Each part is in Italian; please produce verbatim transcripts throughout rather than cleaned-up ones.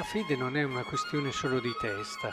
La fede non è una questione solo di testa.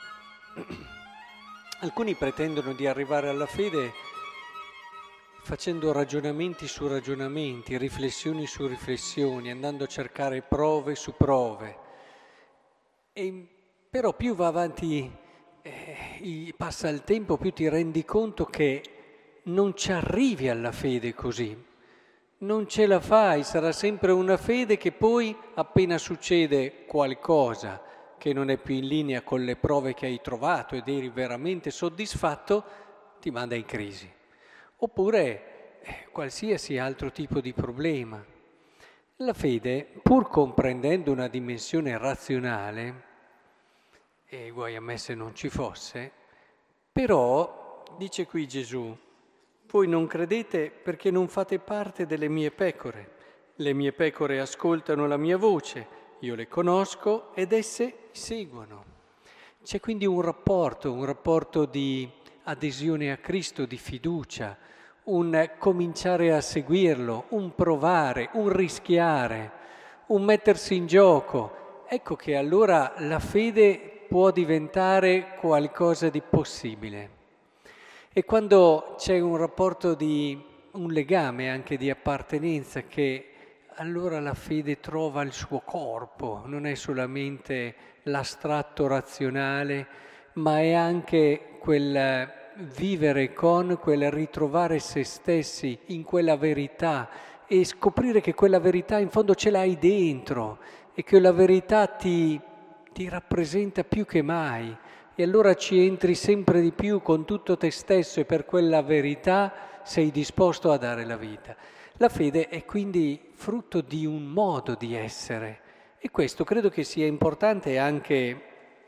Alcuni pretendono di arrivare alla fede facendo ragionamenti su ragionamenti, riflessioni su riflessioni, andando a cercare prove su prove. E però più va avanti, eh, passa il tempo, più ti rendi conto che non ci arrivi alla fede così. Non ce la fai, sarà sempre una fede che poi, appena succede qualcosa che non è più in linea con le prove che hai trovato ed eri veramente soddisfatto, ti manda in crisi. Oppure eh, qualsiasi altro tipo di problema. La fede, pur comprendendo una dimensione razionale, e guai a me se non ci fosse, però, dice qui Gesù, voi non credete perché non fate parte delle mie pecore. Le mie pecore ascoltano la mia voce, io le conosco ed esse mi seguono. C'è quindi un rapporto, un rapporto di adesione a Cristo, di fiducia, un cominciare a seguirlo, un provare, un rischiare, un mettersi in gioco. Ecco che allora la fede può diventare qualcosa di possibile. E quando c'è un rapporto di, un legame anche di appartenenza, che allora la fede trova il suo corpo, non è solamente l'astratto razionale, ma è anche quel vivere con, quel ritrovare se stessi in quella verità e scoprire che quella verità in fondo ce l'hai dentro e che la verità ti, ti rappresenta più che mai. E allora ci entri sempre di più con tutto te stesso e per quella verità sei disposto a dare la vita. La fede è quindi frutto di un modo di essere e questo credo che sia importante anche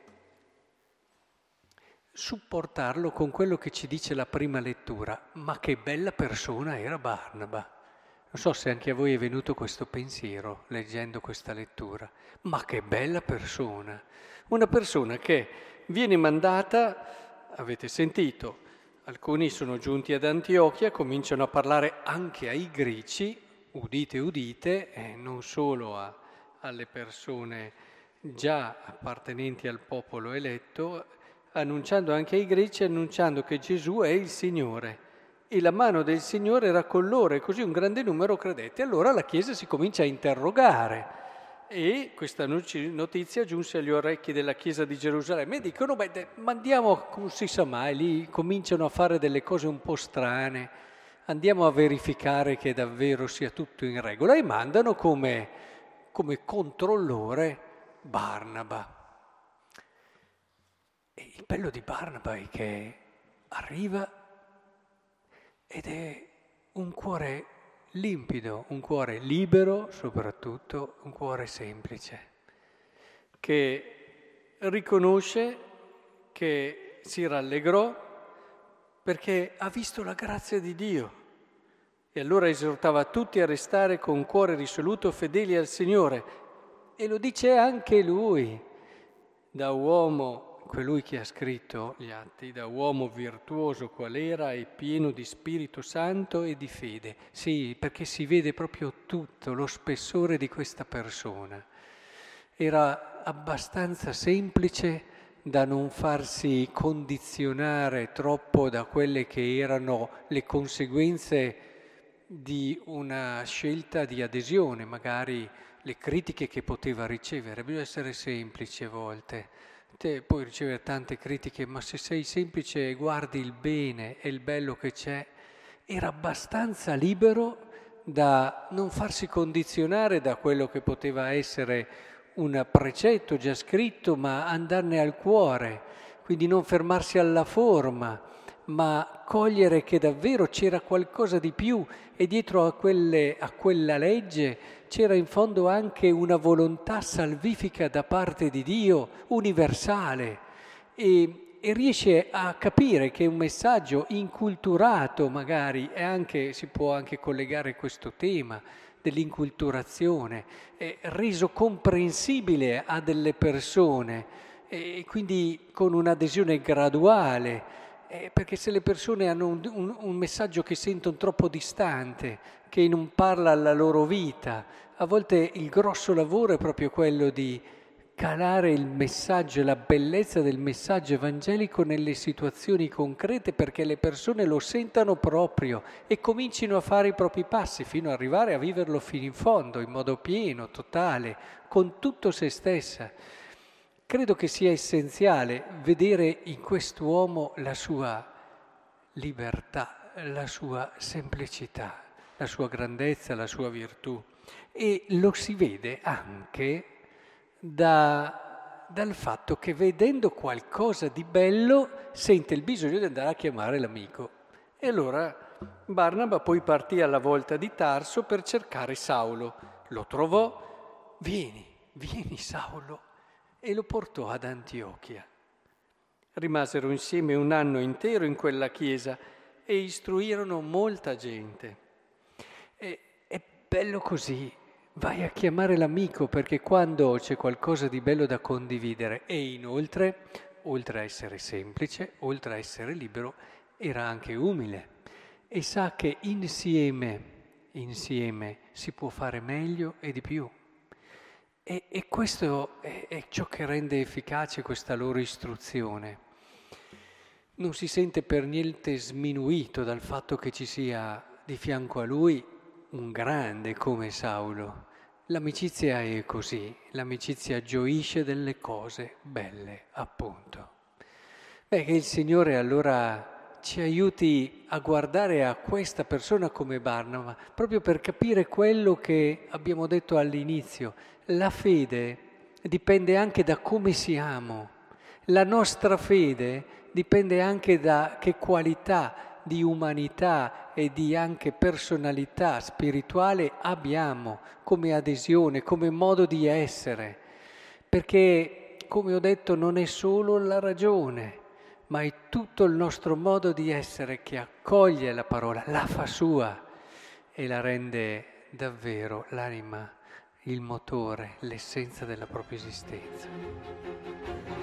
supportarlo con quello che ci dice la prima lettura. Ma che bella persona era Barnaba. Non so se anche a voi è venuto questo pensiero leggendo questa lettura. Ma che bella persona. Una persona che viene mandata, avete sentito, alcuni sono giunti ad Antiochia, cominciano a parlare anche ai greci, udite udite, e non solo a, alle persone già appartenenti al popolo eletto, annunciando anche ai greci, annunciando che Gesù è il Signore. E la mano del Signore era con loro e così un grande numero credette. Allora la Chiesa si comincia a interrogare. E questa notizia giunse agli orecchi della Chiesa di Gerusalemme e dicono, beh, mandiamo, non si sa mai, lì cominciano a fare delle cose un po' strane, andiamo a verificare che davvero sia tutto in regola e mandano come, come controllore Barnaba. E il bello di Barnaba è che arriva ed è un cuore limpido, un cuore libero, soprattutto un cuore semplice, che riconosce che si rallegrò perché ha visto la grazia di Dio e allora esortava tutti a restare con cuore risoluto fedeli al Signore e lo dice anche lui, da uomo, colui che ha scritto gli atti, da uomo virtuoso qual era e pieno di Spirito Santo e di fede. Sì, perché si vede proprio tutto, lo spessore di questa persona. Era abbastanza semplice da non farsi condizionare troppo da quelle che erano le conseguenze di una scelta di adesione, magari le critiche che poteva ricevere. Bisogna essere semplici a volte. Te puoi ricevere tante critiche, ma se sei semplice e guardi il bene e il bello che c'è, era abbastanza libero da non farsi condizionare da quello che poteva essere un precetto già scritto, ma andarne al cuore, quindi non fermarsi alla forma, ma cogliere che davvero c'era qualcosa di più e dietro a, quelle, a quella legge c'era in fondo anche una volontà salvifica da parte di Dio, universale, e, e riesce a capire che un messaggio inculturato magari, e anche, si può anche collegare questo tema dell'inculturazione, è reso comprensibile a delle persone e quindi con un'adesione graduale. Eh, perché se le persone hanno un, un, un messaggio che sentono troppo distante, che non parla alla loro vita, a volte il grosso lavoro è proprio quello di calare il messaggio, la bellezza del messaggio evangelico nelle situazioni concrete perché le persone lo sentano proprio e comincino a fare i propri passi fino ad arrivare a viverlo fino in fondo, in modo pieno, totale, con tutto se stessa. Credo che sia essenziale vedere in quest'uomo la sua libertà, la sua semplicità, la sua grandezza, la sua virtù. E lo si vede anche da, dal fatto che vedendo qualcosa di bello sente il bisogno di andare a chiamare l'amico. E allora Barnaba poi partì alla volta di Tarso per cercare Saulo. Lo trovò, vieni, vieni Saulo, e lo portò ad Antiochia. Rimasero insieme un anno intero in quella chiesa e istruirono molta gente. E, è bello così. Vai a chiamare l'amico perché quando c'è qualcosa di bello da condividere e inoltre, oltre a essere semplice, oltre a essere libero, era anche umile e sa che insieme, insieme si può fare meglio e di più. E, e questo è, è ciò che rende efficace questa loro istruzione. Non si sente per niente sminuito dal fatto che ci sia di fianco a lui un grande come Saulo. L'amicizia è così, l'amicizia gioisce delle cose belle, appunto. Beh, che il Signore allora ci aiuti a guardare a questa persona come Barnaba, proprio per capire quello che abbiamo detto all'inizio. La fede dipende anche da come siamo, la nostra fede dipende anche da che qualità di umanità e di anche personalità spirituale abbiamo come adesione, come modo di essere, perché, come ho detto, non è solo la ragione, ma è tutto il nostro modo di essere che accoglie la parola, la fa sua e la rende davvero l'anima, il motore, l'essenza della propria esistenza.